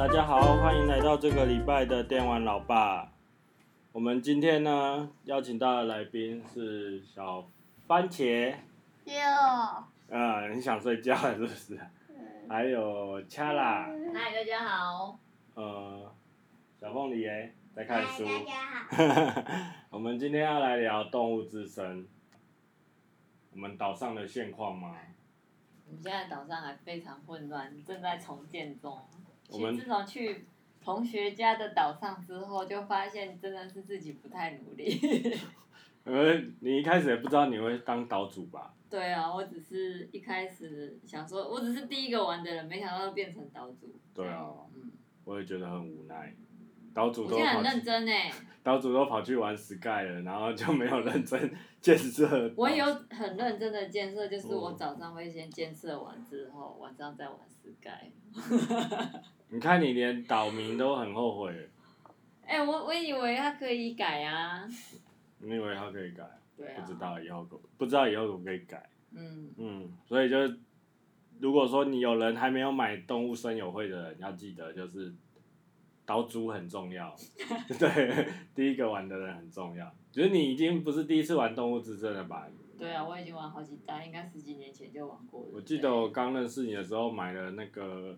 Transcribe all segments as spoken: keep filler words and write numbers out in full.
大家好，欢迎来到这个礼拜的电玩老爸。我们今天呢邀请到的来宾是小番茄。 有。 呃，你想睡觉了是不是？嗯、还有恰啦。 嗨，大家好。 呃，小凤梨诶，在看书。 嗨，大家好。 我们今天要来聊动物之声。我们岛上的现况吗？ 我们现在岛上还非常混乱，正在重建中。 我们自从去同学家的岛上之后，就发现真的是自己不太努力。 呃，你一开始也不知道你会当岛主吧？ 对啊，我只是一开始想说，我只是第一个玩的人，没想到变成岛主。 对啊，嗯，我也觉得很无奈。岛主都我现在很认真哎。 岛主都跑去玩 Sky 了，然后就没有认真建设。 我有很认真的建设，就是我早上会先建设完之后，晚上再玩 Sky。 你看你连岛名都很后悔。 哎、欸，我我以为它可以改啊。 你以为它可以改？ 对啊。 不知道以后不知道以后可不可以改。 嗯。 嗯，所以就如果说你有人还没有买动物森友会的人，要记得就是岛主很重要。对，第一个玩的人很重要。就是你已经不是第一次玩动物之声了吧？ 对啊，我已经玩好几代，应该十几年前就玩过了。 我记得我刚认识你的时候买了那个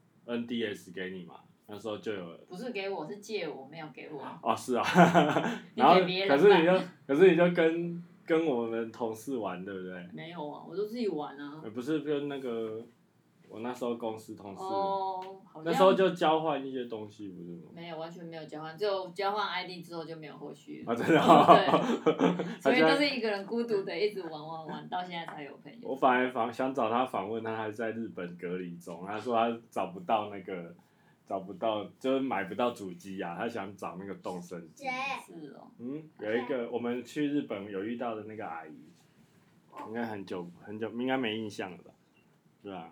N D S 给你嘛，那时候就有。 不是给我，是借我，没有给我。 哦，是啊。然后可是你就可是你就跟跟我们同事玩，对不对？ 没有啊，我都自己玩啊。 不是跟那个我那时候公司同事。 哦，好像。 那时候就交换一些东西，不是吗？ 没有，完全没有交换，只有交换 I D 之后就没有后续了。 啊，真的、哦。 对。所以都是一个人孤独的一直玩玩玩，到现在才有朋友。 我反而访想找他访问，他还在日本隔离中，他说他找不到那个。找不到，就是买不到主机啊，他想找那个动森机。 是哦。 嗯，有一个我们去日本有遇到的那个阿姨，应该很久很久，应该没印象了吧？对啊。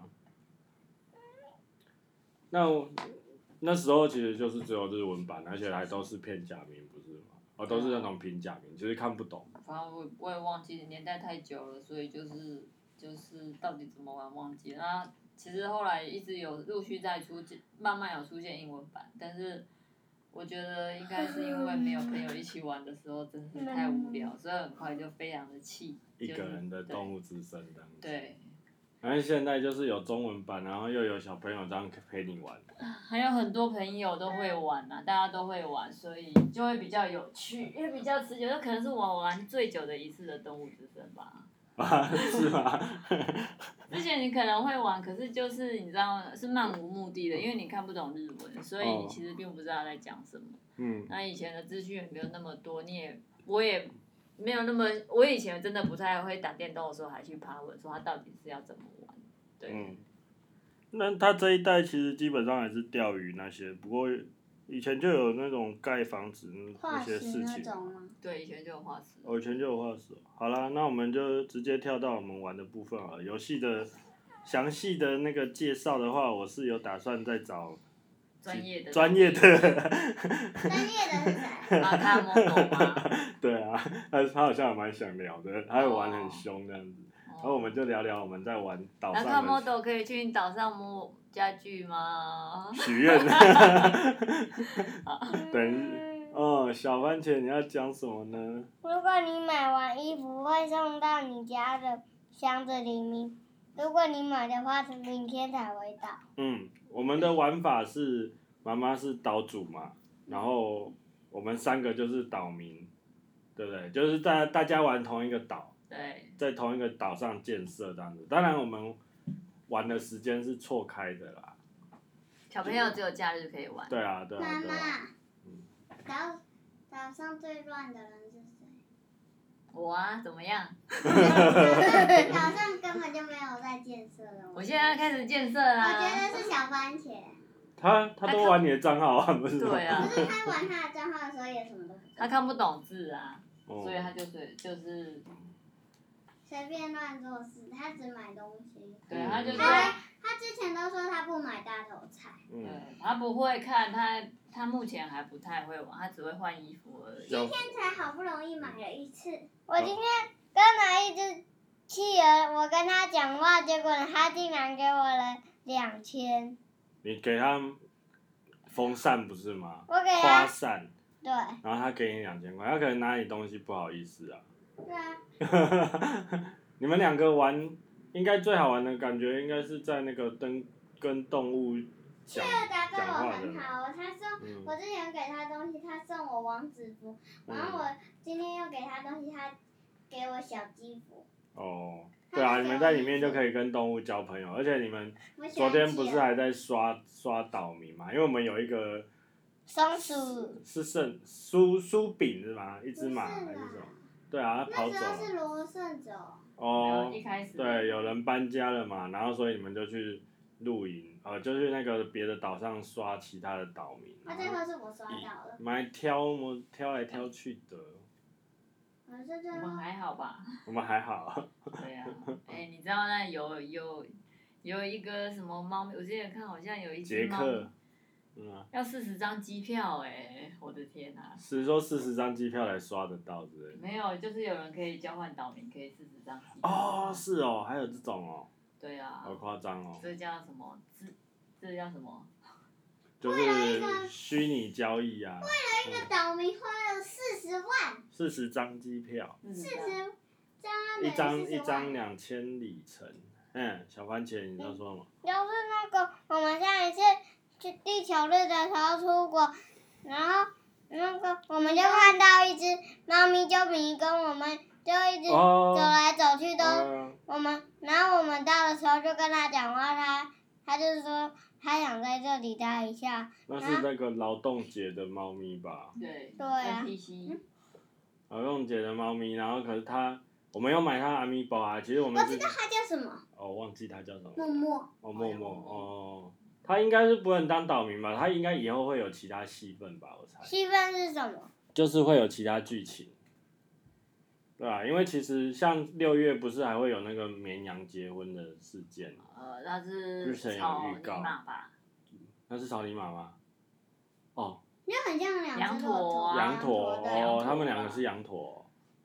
那那时候其实就是只有日文版，而且还都是片假名，不是吗？哦，都是那种平假名，就是看不懂。 反正我我也忘记年代太久了，所以就是就是到底怎么玩忘记了。那其实后来一直有陆续在出，慢慢有出现英文版，但是我觉得应该是因为没有朋友一起玩的时候，真是太无聊，所以很快就非常的气。 一个人的动物之声这样子。 对。 然后现在就是有中文版，然后又有小朋友这样陪你玩。 还有很多朋友都会玩啊，大家都会玩，所以就会比较有趣，因为比较持久。那可能是我玩最久的一次的动物之声吧。 啊，是吗？ 之前你可能会玩，可是就是你知道是漫无目的的，因为你看不懂日文，所以你其实并不知道他在讲什么。嗯。那以前的资讯也没有那么多，你也我也没有那么，我以前真的不太会打电动的时候还去爬文，说他到底是要怎么玩。对。 嗯。那他这一代其实基本上还是钓鱼那些，不过以前就有那种盖房子那些事情。 对，以前就有化石。 哦，以前就有化石。好啦，那我们就直接跳到我们玩的部分好了。游戏的详细的那个介绍的话，我是有打算再找专业的。 专业的。 专业的是谁？ 马卡莫狗吗？ 对啊，他他好像也蛮想聊的，他会玩很凶这样子。然后我们就聊聊我们在玩岛上的。 马卡莫狗可以去你岛上摸家具吗？ 许愿。等。哦，小番茄，你要讲什么呢？ 如果你买完衣服，会送到你家的箱子里面。如果你买的话，明天才会到。 嗯，我们的玩法是，妈妈是岛主嘛，然后我们三个就是岛民，对不对？就是大大家玩同一个岛， 对， 在同一个岛上建设这样子。当然，我们玩的时间是错开的啦。 小朋友只有假日可以玩。 对啊，对啊，对啊。 妈妈。岛岛上最乱的人是谁？ 我啊，怎么样？ 岛上根本就没有在建设的。 我现在开始建设啦。 我觉得是小番茄。 他他都玩你的账号啊，不是吗？ 对啊。 可是他玩他的账号的时候也什么都不懂。 他看不懂字啊，哦、所以他就是就是。 随便乱做事，他只买东西。 对，他就是。 他他之前都说他不买大头菜。 嗯。对，他不会看，他他目前还不太会玩，他只会换衣服而已。 今天才好不容易买了一次。我今天刚买一只企鹅，我跟他讲话，结果他竟然给我了两千。 你给他风扇不是吗？ 我给他花扇。 对。 然后他给你两千块，他可能拿你东西不好意思啊。 对啊。 你们两个玩，应该最好玩的感觉应该是在那个跟跟动物讲讲讲话的。 很好，他送、嗯、我之前给他东西，他送我王子服，然后我今天又给他东西，他给我小鸡服。 哦。对啊，你们在里面就可以跟动物交朋友，而且你们昨天不是还在刷刷岛民嘛？因为我们有一个松鼠是圣苏苏饼是吗？一只马还是什么？对啊，它跑走了。 那时候是罗胜走。 哦。 一开始。 对，有人搬家了嘛，然后所以你们就去露营，呃，就去那个别的岛上刷其他的岛民。 那最后是我刷到了。 我们还挑，我们挑来挑去的。 我们还好吧？ 我们还好。 对啊，哎、欸，你知道那有有有一个什么猫咪？我之前看好像有一只猫咪，嗯啊，要四十张机票哎、欸，我的天啊！ 是说四十张机票来刷得到之类的？ 没有，就是有人可以交换岛民，可以四十张机票。 哦，是哦，还有这种哦。 对啊。 好夸张哦。 这叫什么？这这叫什么？ 就是虚拟交易啊。 为了一个岛民花了四十万。 四十张机票。 四十张。 一张一张两千里程。嗯，小番茄，你知道说吗？ 就是那个我们上一次去地球日的时候出国，然后那个我们就看到一只猫咪就迷跟我们就一直走来走去都，哦、我们然后我们到的时候就跟他讲话，他他就说他想在这里待一下。 那是那个劳动节的猫咪吧？ 对。 对啊。 劳动节的猫咪，然后可是它。我们有买它的阿咪包啊，其实我们我知道它叫什么。 哦，忘记它叫什么。 默默。 哦，默默哦，它应该是不能当岛民吧？它应该以后会有其他戏份吧？我猜。 戏份是什么？ 就是会有其他剧情，对啊，因为其实像六月不是还会有那个绵羊结婚的事件？ 呃，那是草泥马吧？ 那是草泥马吗？哦。 因为很像两羊驼啊。 羊驼哦，他们两个是羊驼。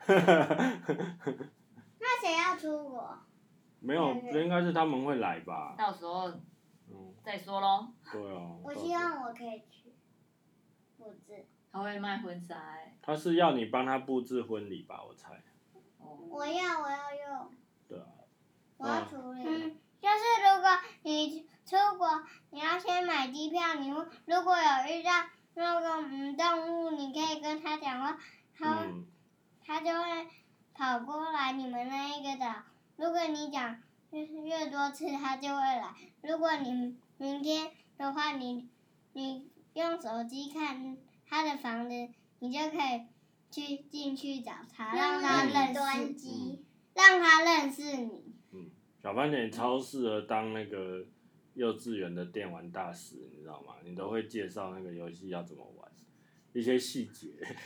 那谁要出国？ 没有，应该是他们会来吧。 到时候，嗯，再说咯。 对啊。 我希望我可以去布置。 他会卖婚纱欸。 他是要你帮他布置婚礼吧？我猜。 我要，我要用。 对啊。 我要处理。嗯，就是如果你出国，你要先买机票，你会如果有遇到那个嗯动物，你可以跟他讲话，他。嗯他就会跑过来你们那一个岛。如果你讲越越多次，他就会来。如果你明天的话，你你用手机看他的房子，你就可以去进去找他，让他认识你，让他认识你。 嗯，小番茄超适合当那个幼稚园的电玩大使，你知道吗？你都会介绍那个游戏要怎么玩。一些细节，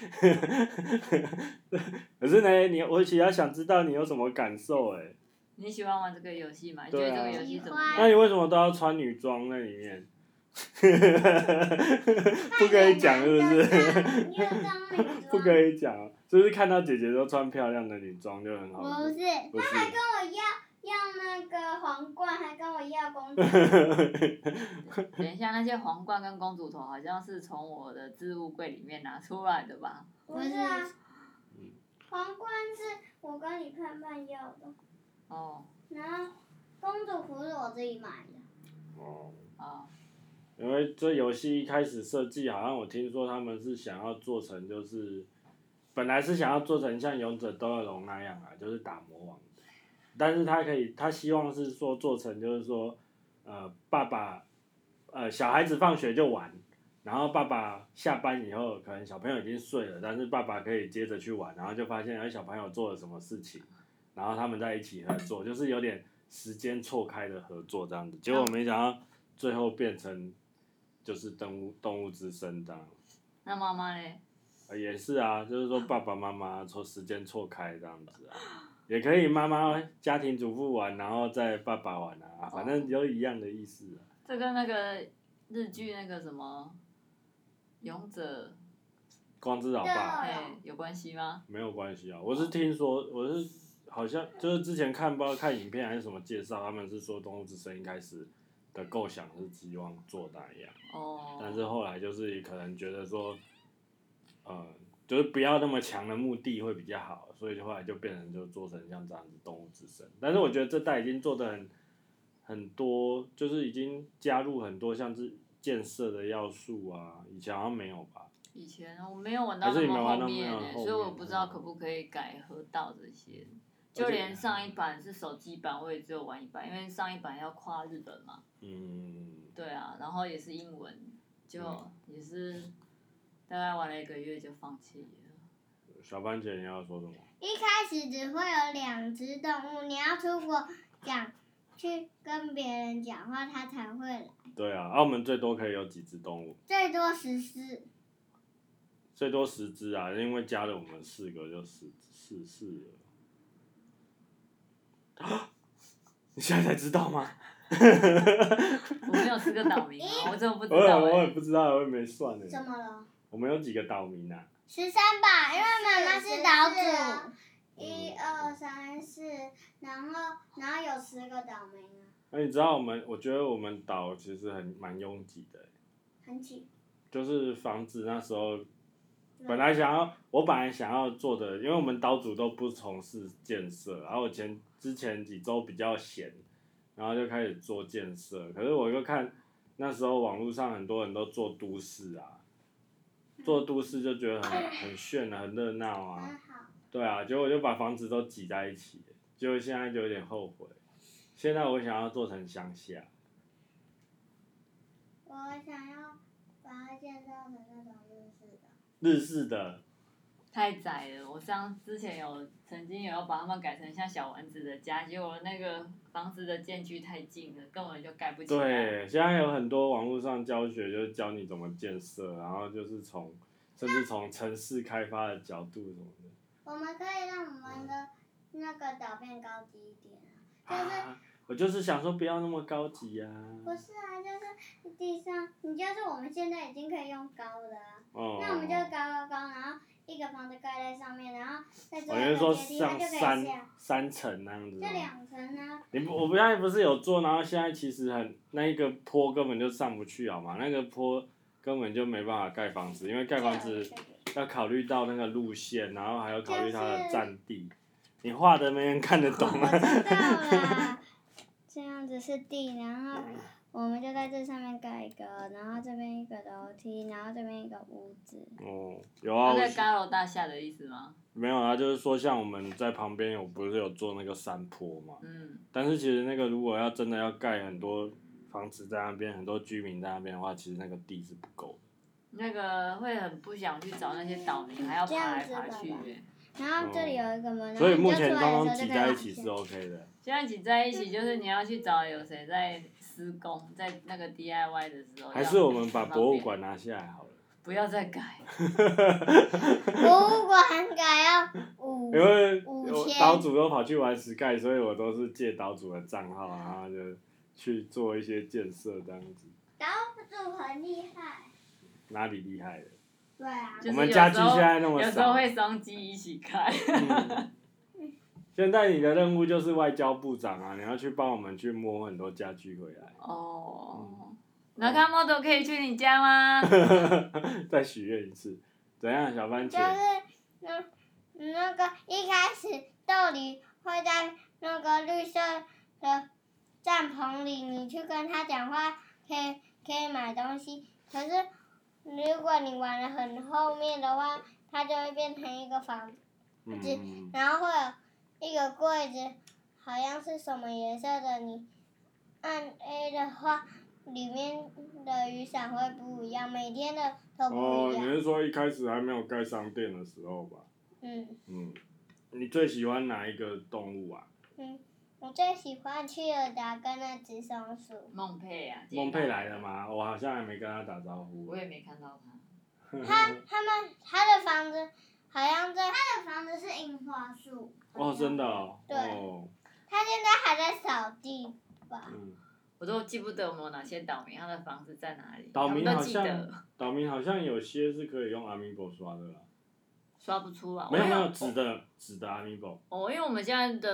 可是呢，你我其实想知道你有什么感受哎。 你喜欢玩这个游戏吗？你觉得这个游戏怎么样？ 那你为什么都要穿女装在里面？不可以讲是不是？不可以讲，是不是看到姐姐都穿漂亮的女装就很好？ 不是， 不是他还跟我要要那个皇冠，还跟我要公主。 等一下，那些皇冠跟公主头好像是从我的置物柜里面拿出来的吧？ 不是啊，皇冠是我跟你看伴要的。 哦。 然后公主服是我自己买的。 哦。 啊。 因为这游戏一开始设计，好像我听说他们是想要做成，就是本来是想要做成像勇者斗恶龙那样啊，就是打魔王。但是他可以，他希望是说做成就是说，呃，爸爸，呃，小孩子放学就玩，然后爸爸下班以后，可能小朋友已经睡了，但是爸爸可以接着去玩，然后就发现哎小朋友做了什么事情，然后他们在一起合作，就是有点时间错开的合作这样子，结果没想到最后变成就是动物动物之声这样。 那妈妈呢？ 也是啊，就是说爸爸妈妈错时间错开这样子啊。也可以妈妈家庭主妇玩，然后再爸爸玩啊，反正都一样的意思啊。 这跟那个日剧那个什么勇者光之老爸， 哎，有关系吗？ 没有关系啊，我是听说，我是好像就是之前看不知道看影片还是什么介绍，他们是说动物之声一开始的构想是希望做那样， 哦， 但是后来就是可能觉得说，呃，就是不要那么强的目的会比较好，所以后来就变成就做成像这样子动物之声。但是我觉得这代已经做的很很多，就是已经加入很多像是建设的要素啊，以前好像没有吧。 以前我没有玩到那么后面呢、欸，所以我不知道可不可以改河道这些。就连上一版是手机版，我也只有玩一版，因为上一版要跨日本嘛。 嗯。 对啊，然后也是英文，就也是大概玩了一个月就放弃了。 小番茄，你要说什么？ 一开始只会有两只动物，你要出国讲，去跟别人讲话，它才会来。 对啊，澳门最多可以有几只动物？ 最多十只。 最多十只啊，因为加了我们四个就十四四了。你现在才知道吗？ 我们有四个岛民啊，我怎么不知道、欸？ 我也不知道，我也没算呢。 怎么了？ 我们有几个岛民啊？ 十三吧，因为妈妈是岛主。一二三四，然后然后有十个岛民啊。 那你知道我们？我觉得我们岛其实很蛮拥挤的、欸。 很挤。 就是房子那时候。本来想要，我本来想要做的，因为我们岛主都不从事建设，然后我前之前几周比较闲，然后就开始做建设。可是我又看那时候网络上很多人都做都市啊，做都市就觉得很很炫啊，很热闹啊，对啊，结果我就把房子都挤在一起，结果现在就有点后悔。现在我想要做成乡下。 我想要把它建造成那种日式的。 日式的， 太窄了。我上之前有曾经有要把他们改成像小丸子的家，结果那个房子的间距太近了，根本就盖不起来。 对，现在有很多网络上教学，就是教你怎么建设，然后就是从甚至从城市开发的角度什么的。 我们可以让我们的那个岛变高级一点啊，就是。 啊我就是想说不要那么高级啊。 不是啊，就是地上，你就是我们现在已经可以用高的啊。 哦。 那我们就高高高，然后一个房子盖在上面，然后再做一个阶梯，它就可以三下。 三层那样子。 就两层啊。 你不，我不刚才不是有做，然后现在其实很那一个坡根本就上不去好吗？那个坡根本就没办法盖房子，因为盖房子要考虑到那个路线，然后还要考虑它的占地。你画的没人看得懂啊。 我知道啦。这样子是地，然后我们就在这上面盖一个，然后这边一个楼梯，然后这边一个屋子。 哦，有啊。 在高楼大厦的意思吗？ 没有啊，就是说像我们在旁边有不是有做那个山坡嘛？ 嗯。 但是其实那个如果要真的要盖很多房子在那边，很多居民在那边的话，其实那个地是不够的。 那个会很不想去找那些岛民，还要爬来爬去。 然后这里有一个门， 所以目前刚刚挤在一起是 OK 的。 现在挤在一起，就是你要去找有谁在施工，在那个 D I Y 的时候。 还是我们把博物馆拿下来好了。 不要再改。 博物馆改要五因为五千。 岛主都跑去玩Sky，所以我都是借岛主的账号，然后就去做一些建设这样子。 岛主很厉害。 哪里厉害的？ 对啊。 我们家具现在那么少。 有时候会双击一起开。 嗯现在你的任务就是外交部长啊，你要去帮我们去摸很多家具回来。 哦。那卡莫多可以去你家吗？ 再许愿一次，怎样，小番茄？ 就是那那个一开始豆梨会在那个绿色的帐篷里，你去跟他讲话，可以可以买东西。可是如果你玩的很后面的话，它就会变成一个房子，嗯、然后会有一个柜子，好像是什么颜色的，你按 A 的话，里面的雨伞会不一样，每天的都不一样。 哦，你是说一开始还没有盖商店的时候吧？ 嗯。 嗯，你最喜欢哪一个动物啊？ 嗯，我最喜欢企鹅达跟那只松鼠。 孟佩啊。 孟佩来了吗？我好像还没跟他打招呼。 我也没看到他。 他他们他的房子好像在。他的房子是樱花树。 哦，真的哦。 对。 哦、 他现在还在扫地吧。 嗯。我都记不得我们哪些岛民，他的房子在哪里。 岛民好像，岛民好像有些是可以用 Amiibo 刷的啦。 刷不出啊。 没有没有，纸的纸的 Amiibo。 哦，因为我们现在的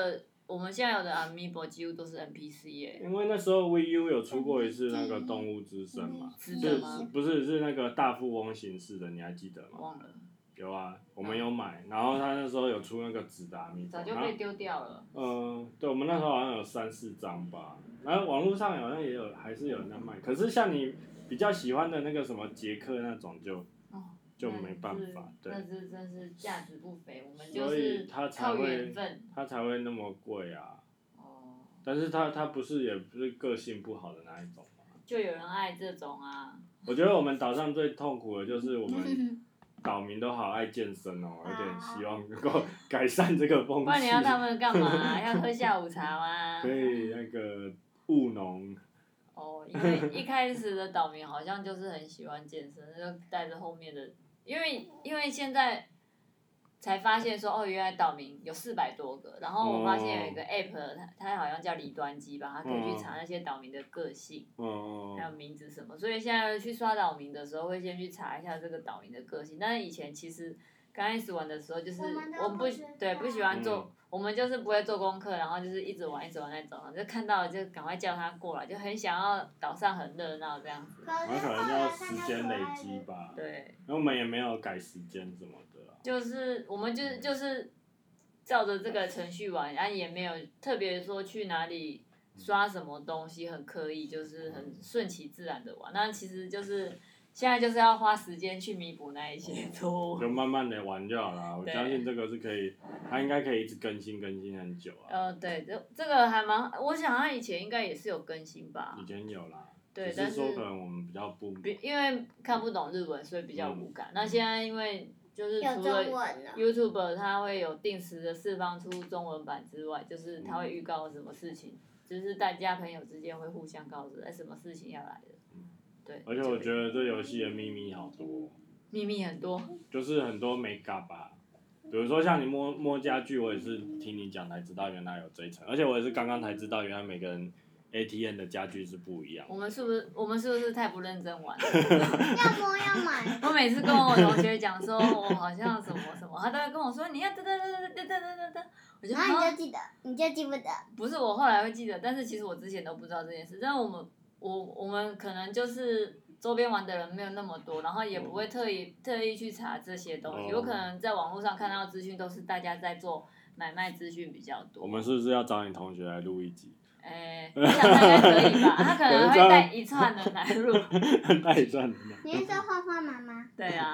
我们现在有的 Amiibo 几乎都是 N P C 耶。 因为那时候 Wii U 有出过一次那个动物之声嘛， 是吗？不是是那个大富翁形式的，你还记得吗？ 忘了。 有啊，我们有买，然后他那时候有出那个纸的 Amiibo， 早就被丢掉了。 嗯、呃，对，我们那时候好像有三四张吧，然后网络上好像也有，还是有人在卖。可是像你比较喜欢的那个什么杰克那种就，哦、就没办法，对。 那是真是价值不菲，我们就是靠缘分。 它才会那么贵啊。哦。但是它它不是也不是个性不好的那一种嘛。 就有人爱这种啊。 我觉得我们岛上最痛苦的就是我们。岛民都好爱健身哦，有点希望能够改善这个风气。 不然你要他们干嘛？要喝下午茶吗？ 可以那个务农。 哦，因为一开始的岛民好像就是很喜欢健身，就带着后面的，因为因为现在才发现说哦，原来岛民有四百多个，然后我发现有一个 app， 它它好像叫李端机吧，它可以去查那些岛民的个性，嗯、还有名字什么，所以现在去刷岛民的时候会先去查一下这个岛民的个性，但是以前其实刚开始玩的时候就是我们不对不喜欢做。嗯我们就是不会做功课，然后就是一直玩一直玩那种，就看到了就赶快叫他过来，就很想要岛上很热闹这样子。 然后可能要时间累积吧。 对。 然后我们也没有改时间什么的、啊。 就是我们就是就是照着这个程序玩，然后也没有特别说去哪里刷什么东西，很刻意，就是很顺其自然的玩。那其实就是。现在就是要花时间去弥补那一些错误。 就慢慢的玩就好了，我相信这个是可以，它应该可以一直更新更新很久啊。 呃，对，这这个还蛮，我想它以前应该也是有更新吧。 以前有啦。 对， 但是说可能我们比较不。 因为看不懂日文，所以比较无感。嗯、那现在因为就是除了 YouTube 它会有定时的释放出中文版之外，就是它会预告什么事情，就是大家朋友之间会互相告知，哎，什么事情要来了。对， 而且我觉得这游戏的秘密好多。 秘密很多。 就是很多美感吧，比如说像你摸摸家具，我也是听你讲才知道原来有这一层，而且我也是刚刚才知道原来每个人 A T M 的家具是不一样。 我们是不是我们是不是太不认真玩了？ 要摸要买。 我每次跟我同学讲说，我好像什么什么，他都会跟我说你要噔噔噔噔噔噔噔噔，我就然后你就记得，你就记不得。 不是我后来会记得，但是其实我之前都不知道这件事，但是我们。我我们可能就是周边玩的人没有那么多，然后也不会特意特意去查这些东西，有可能在网络上看到资讯都是大家在做买卖资讯比较多。 我们是不是要找你同学来录一集？ 诶、欸，我想他应该可以吧，他可能会带一串人来录。 带一串人。 你是说画画妈妈？ 对啊。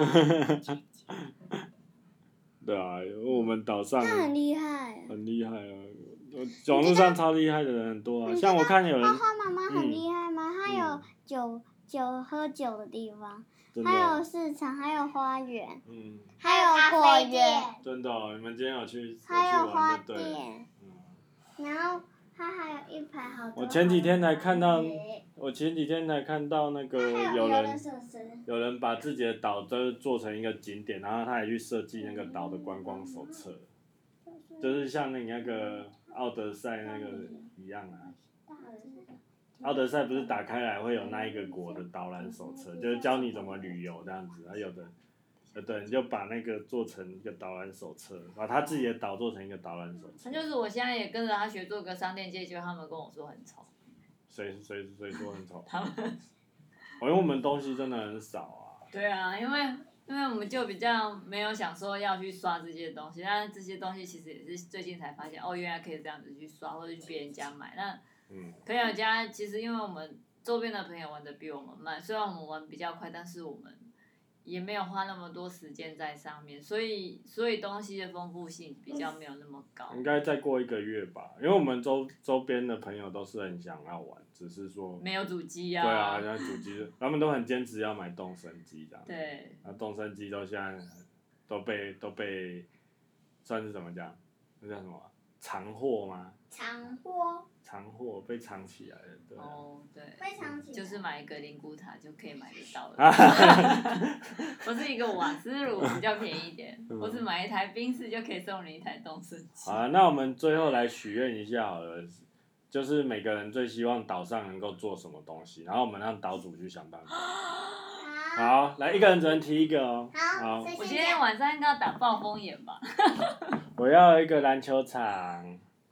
对啊，因为我们岛上。 他很厉害。 很厉害啊！网络上超厉害的人很多啊，像我看有人。 画画妈妈很厉害吗？她、嗯、有酒酒喝酒的地方，还有市场，还有花园，嗯，还有果园。 真的、哦，你们今天有去？ 还有花店。嗯。然后它还有一排好多。 我前几天才看到，我前几天才看到那个有人，有人把自己的岛都做成一个景点，然后他也去设计那个岛的观光手册，就是像你那个。奥德赛那个一样啊，奥德赛不是打开来会有那一个国的导览手册，就是教你怎么旅游这样子，还有的，呃对，你就把那个做成一个导览手册，把他自己的岛做成一个导览手册。 那就是我现在也跟着他学做个商店街，结果他们跟我说很丑。 谁谁谁说很丑？他们。因为我们东西真的很少啊。 对啊，因为。因为我们就比较没有想说要去刷这些东西，但这些东西其实也是最近才发现，哦，原来可以这样子去刷，或者去别人家买。那朋友家其实因为我们周边的朋友玩的比我们慢，虽然我们玩比较快，但是我们也没有花那么多时间在上面，所以所以东西的丰富性比较没有那么高。 应该再过一个月吧，因为我们周周边的朋友都是很想要玩，只是说没有主机啊。 对啊，人家主机，他们都很坚持要买动森机这样。 对。 那动森机都现在都被都被算是怎么讲？那叫什么？藏货吗？ 藏货。 藏货被藏起来了，对。 哦，对。 被藏起来。 就是买一个灵骨塔就可以买得到了。不是一个瓦斯炉比较便宜一点，或是买一台宾士就可以送你一台动森机。 好啊，那我们最后来许愿一下好了，就是每个人最希望岛上能够做什么东西，然后我们让岛主去想办法。好，来一个人只能提一个哦。 好。 我今天晚上应该要打暴风眼吧。 我要一个篮球场。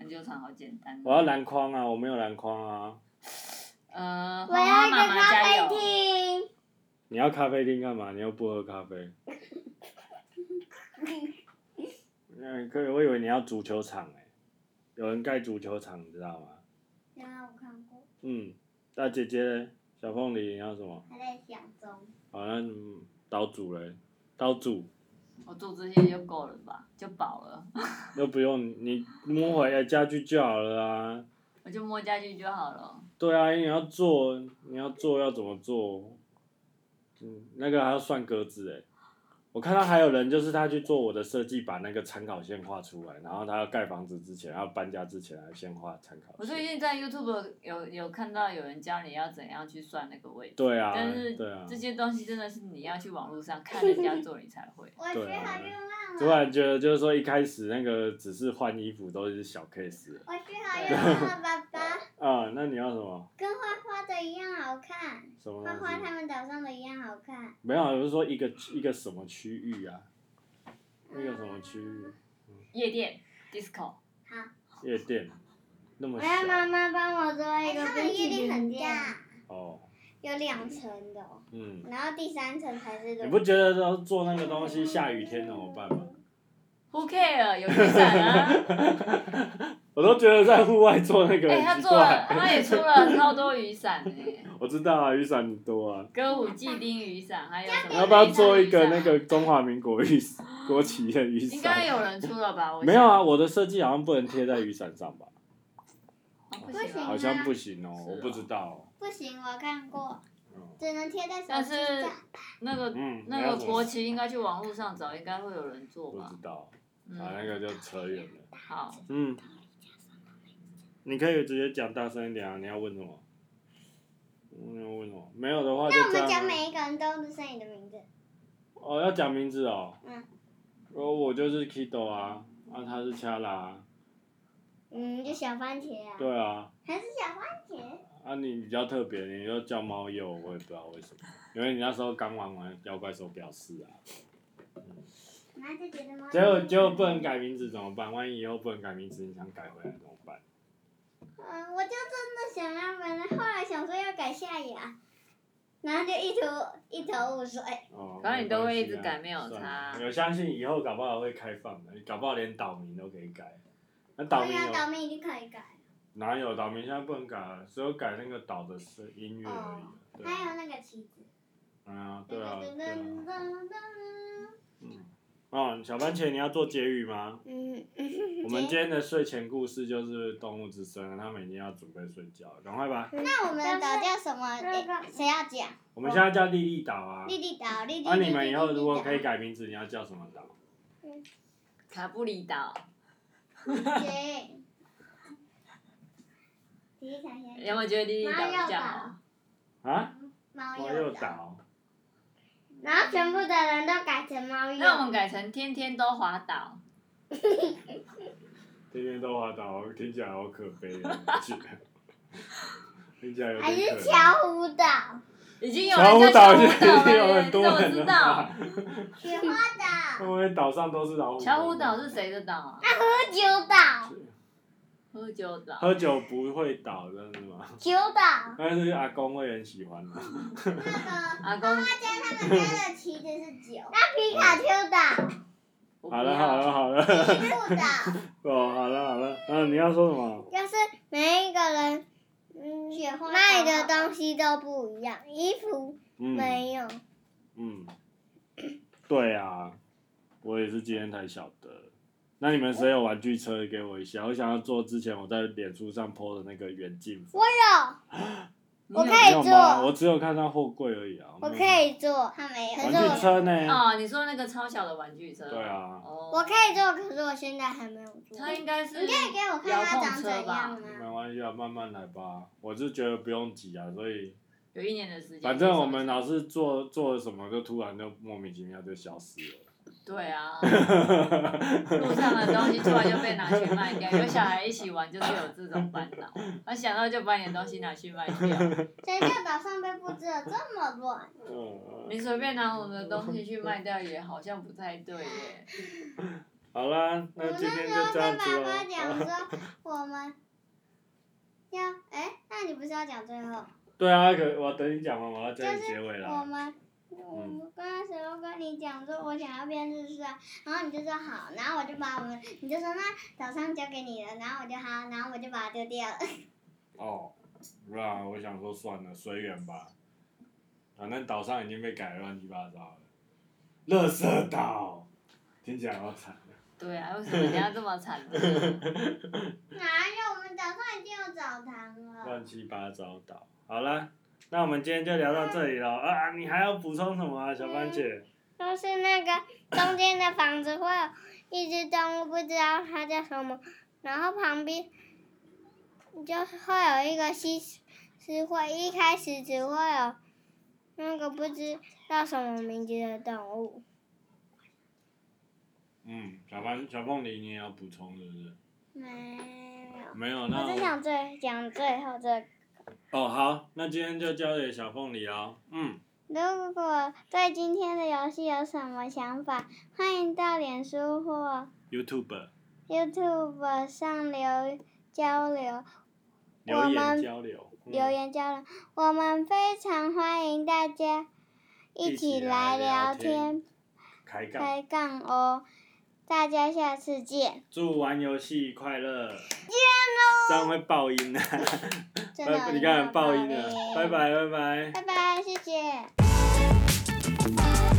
篮球场好简单。 我要篮筐啊，我没有篮筐啊。 呃， 我要一个妈妈咖啡加油。 厅。 你要咖啡厅干嘛？你又不喝咖啡。嗯，可以，我以为你要足球场哎、欸，有人盖足球场，你知道吗？ 有啊，我看过。 嗯，那姐姐呢？小凤梨你要什么？ 还在想中。 好，那岛主嘞？岛主。 我做这些就够了吧，就饱了。 又不用你摸回来家具就好了啊。 我就摸家具就好了。 对啊，你要做，你要做要怎么做？嗯，那个还要算格子哎。我看到还有人就是他去做我的设计，把那个参考线画出来，然后他要盖房子之前，要搬家之前，还先画参考线。 我最近在 YouTube 有有看到有人教你要怎样去算那个位置。 对啊， 但是这些东西真的是你要去网络上看人家做你才会。 我学好愿望了。 突然觉得就是说一开始那个只是换衣服都是小 case。 我学好愿望了，爸爸。 啊，那你要什么？ 跟画画的一样好看。 什么？ 画画他们岛上的一样好看。 没有，我是说一个一个什么区域啊？那个什么区域？ 夜店 ，disco。 好。 夜店，那么小。 我要妈妈帮我做一个冰淇淋店。 哦。 有两层的。嗯。然后第三层才是。 你不觉得要做那个东西下雨天怎么办吗 ？Who care？ 有雨伞啊。 我都觉得在户外做那个很奇怪。 哎、欸，他做了，他也出了超多雨伞哎。 我知道啊，雨伞很多啊。 歌舞伎町雨伞，还有什么？ 你要不要做一个那个中华民国雨国旗的雨伞？ 应该有人出了吧？我没有啊，我的设计好像不能贴在雨伞上吧？ 不行、啊， 好像不行哦，我不知道、哦。 不行，我看过，只能贴在手机上。 但是那个、嗯、那个国旗应该去网络上找，应该会有人做吧？ 不知道，啊，那个就扯远了。 好。 嗯。你可以直接讲大声一点啊！你要问什么？你要问什么？没有的话就这样、啊。 那我们讲每一个人都是你的名字。 哦，要讲名字哦。 嗯。 哦，我就是 Kido 啊，啊，他是恰拉。 嗯，就小番茄啊。 对啊。 还是小番茄。 啊，你比较特别，你又叫猫鼬，我也不知道为什么，因为你那时候刚玩完妖怪手表四啊。嗯。 那就觉得猫。 结果结果不能改名字怎么办？万一以后不能改名字，你想改回来怎么办？ 嗯，我就真的想要，反正后来想说要改夏雅，然后就一头一头雾水。 哦。 反正你都会一直改，没有差。 我相信以后搞不好会开放的，搞不好连岛名都可以改。那岛名有。 岛名已经可以改。 哪有岛名现在不能改了，只有改那个岛的声音乐而已。 哦。还有那个旗子。 嗯啊，对啊，对啊。嗯。哦，小番茄，你要做结语吗？嗯。我们今天的睡前故事就是动物之声，他们已经要准备睡觉了，赶快吧。 那我们的岛叫什么？谁要讲？ 我们现在叫莉莉岛啊。 莉莉岛，莉莉。 那你们以后如果可以改名字，你要叫什么岛？ 卡布里岛。 行。 有没有觉得莉莉岛比较好？ 啊？ 猫鼬岛。 然后全部的人都改成猫鼬。 那我们改成天天都滑岛。 天天都滑岛，听起来好可悲啊！听起来有点可怜。 还是巧虎岛。 已经有人叫巧虎岛了， 你怎么知道？ 雪花岛。 因为岛上都是老虎。 巧虎岛是谁的岛啊？ 喝酒岛。 喝酒岛。 喝酒不会倒，真的吗？ 酒岛。 但是阿公会很喜欢的。 那个阿公。 他家他们家的旗子是酒。那皮卡丘岛。 好了好了好了。 皮布岛。 哦，好了好了，嗯，你要说什么？ 就是每一个人，嗯，卖的东西都不一样，衣服没有。 嗯。对啊，我也是今天才晓得。那你们谁有玩具车给我一下？我想要做之前我在脸书上 po 的那个远近。 我有。我可以做。 我只有看到货柜而已啊。 我可以做，他没有。 玩具车呢？ 哦，你说那个超小的玩具车。 对啊。 我可以做，可是我现在还没有做。 它应该是。 你可以给我看它长怎样吗？ 没关系啊，慢慢来吧。我是觉得不用急啊，所以。 有一年的时间。 反正我们老是做做什么，就突然就莫名其妙就消失了。 对啊，路上的东西突然就被拿去卖掉，有小孩一起玩就是有这种烦恼，我想到就把你的东西拿去卖掉。 谁叫岛上被布置得这么乱？ 你随便拿我们的东西去卖掉也好像不太对耶。 好啦，那今天就这样子我那时候跟爸爸讲说，我们要哎，那你不是要讲最后？ 对啊，可我等你讲完，我要叫你结尾了。 我们，我那时候跟你讲说，我想要变日式啊，然后你就说好，然后我就把我们，你就说那早上交给你了，然后我就好，然后我就把它丢掉了。 哦，是啊，我想说算了，随缘吧。反正岛上已经被改得乱七八糟了。垃圾岛，听起来好惨。 对啊，为什么你要这么惨呢？ 哪有？我们早上已经有澡堂了。 乱七八糟岛，好了，那我们今天就聊到这里了。啊，你还要补充什么啊，小番茄？ 就是那个中间的房子会有一只动物，不知道它叫什么，然后旁边就会有一个西施会，一开始只会有那个不知道什么名字的动物。 嗯，小番小凤梨，你也要补充是不是？ 没有。 没有，那我只想最讲最后这个。 哦，好，那今天就交给小凤梨了。嗯。 如果对今天的游戏有什么想法，欢迎到脸书或 YouTube YouTube 上留交流。 留言交流。 嗯、留言交流，我们非常欢迎大家一起来聊天， 开杠开杠哦。大家下次见。 祝玩游戏快乐。 见喽。 这样会爆音啊！拜，你看爆音了，拜拜拜拜。 拜拜，谢谢。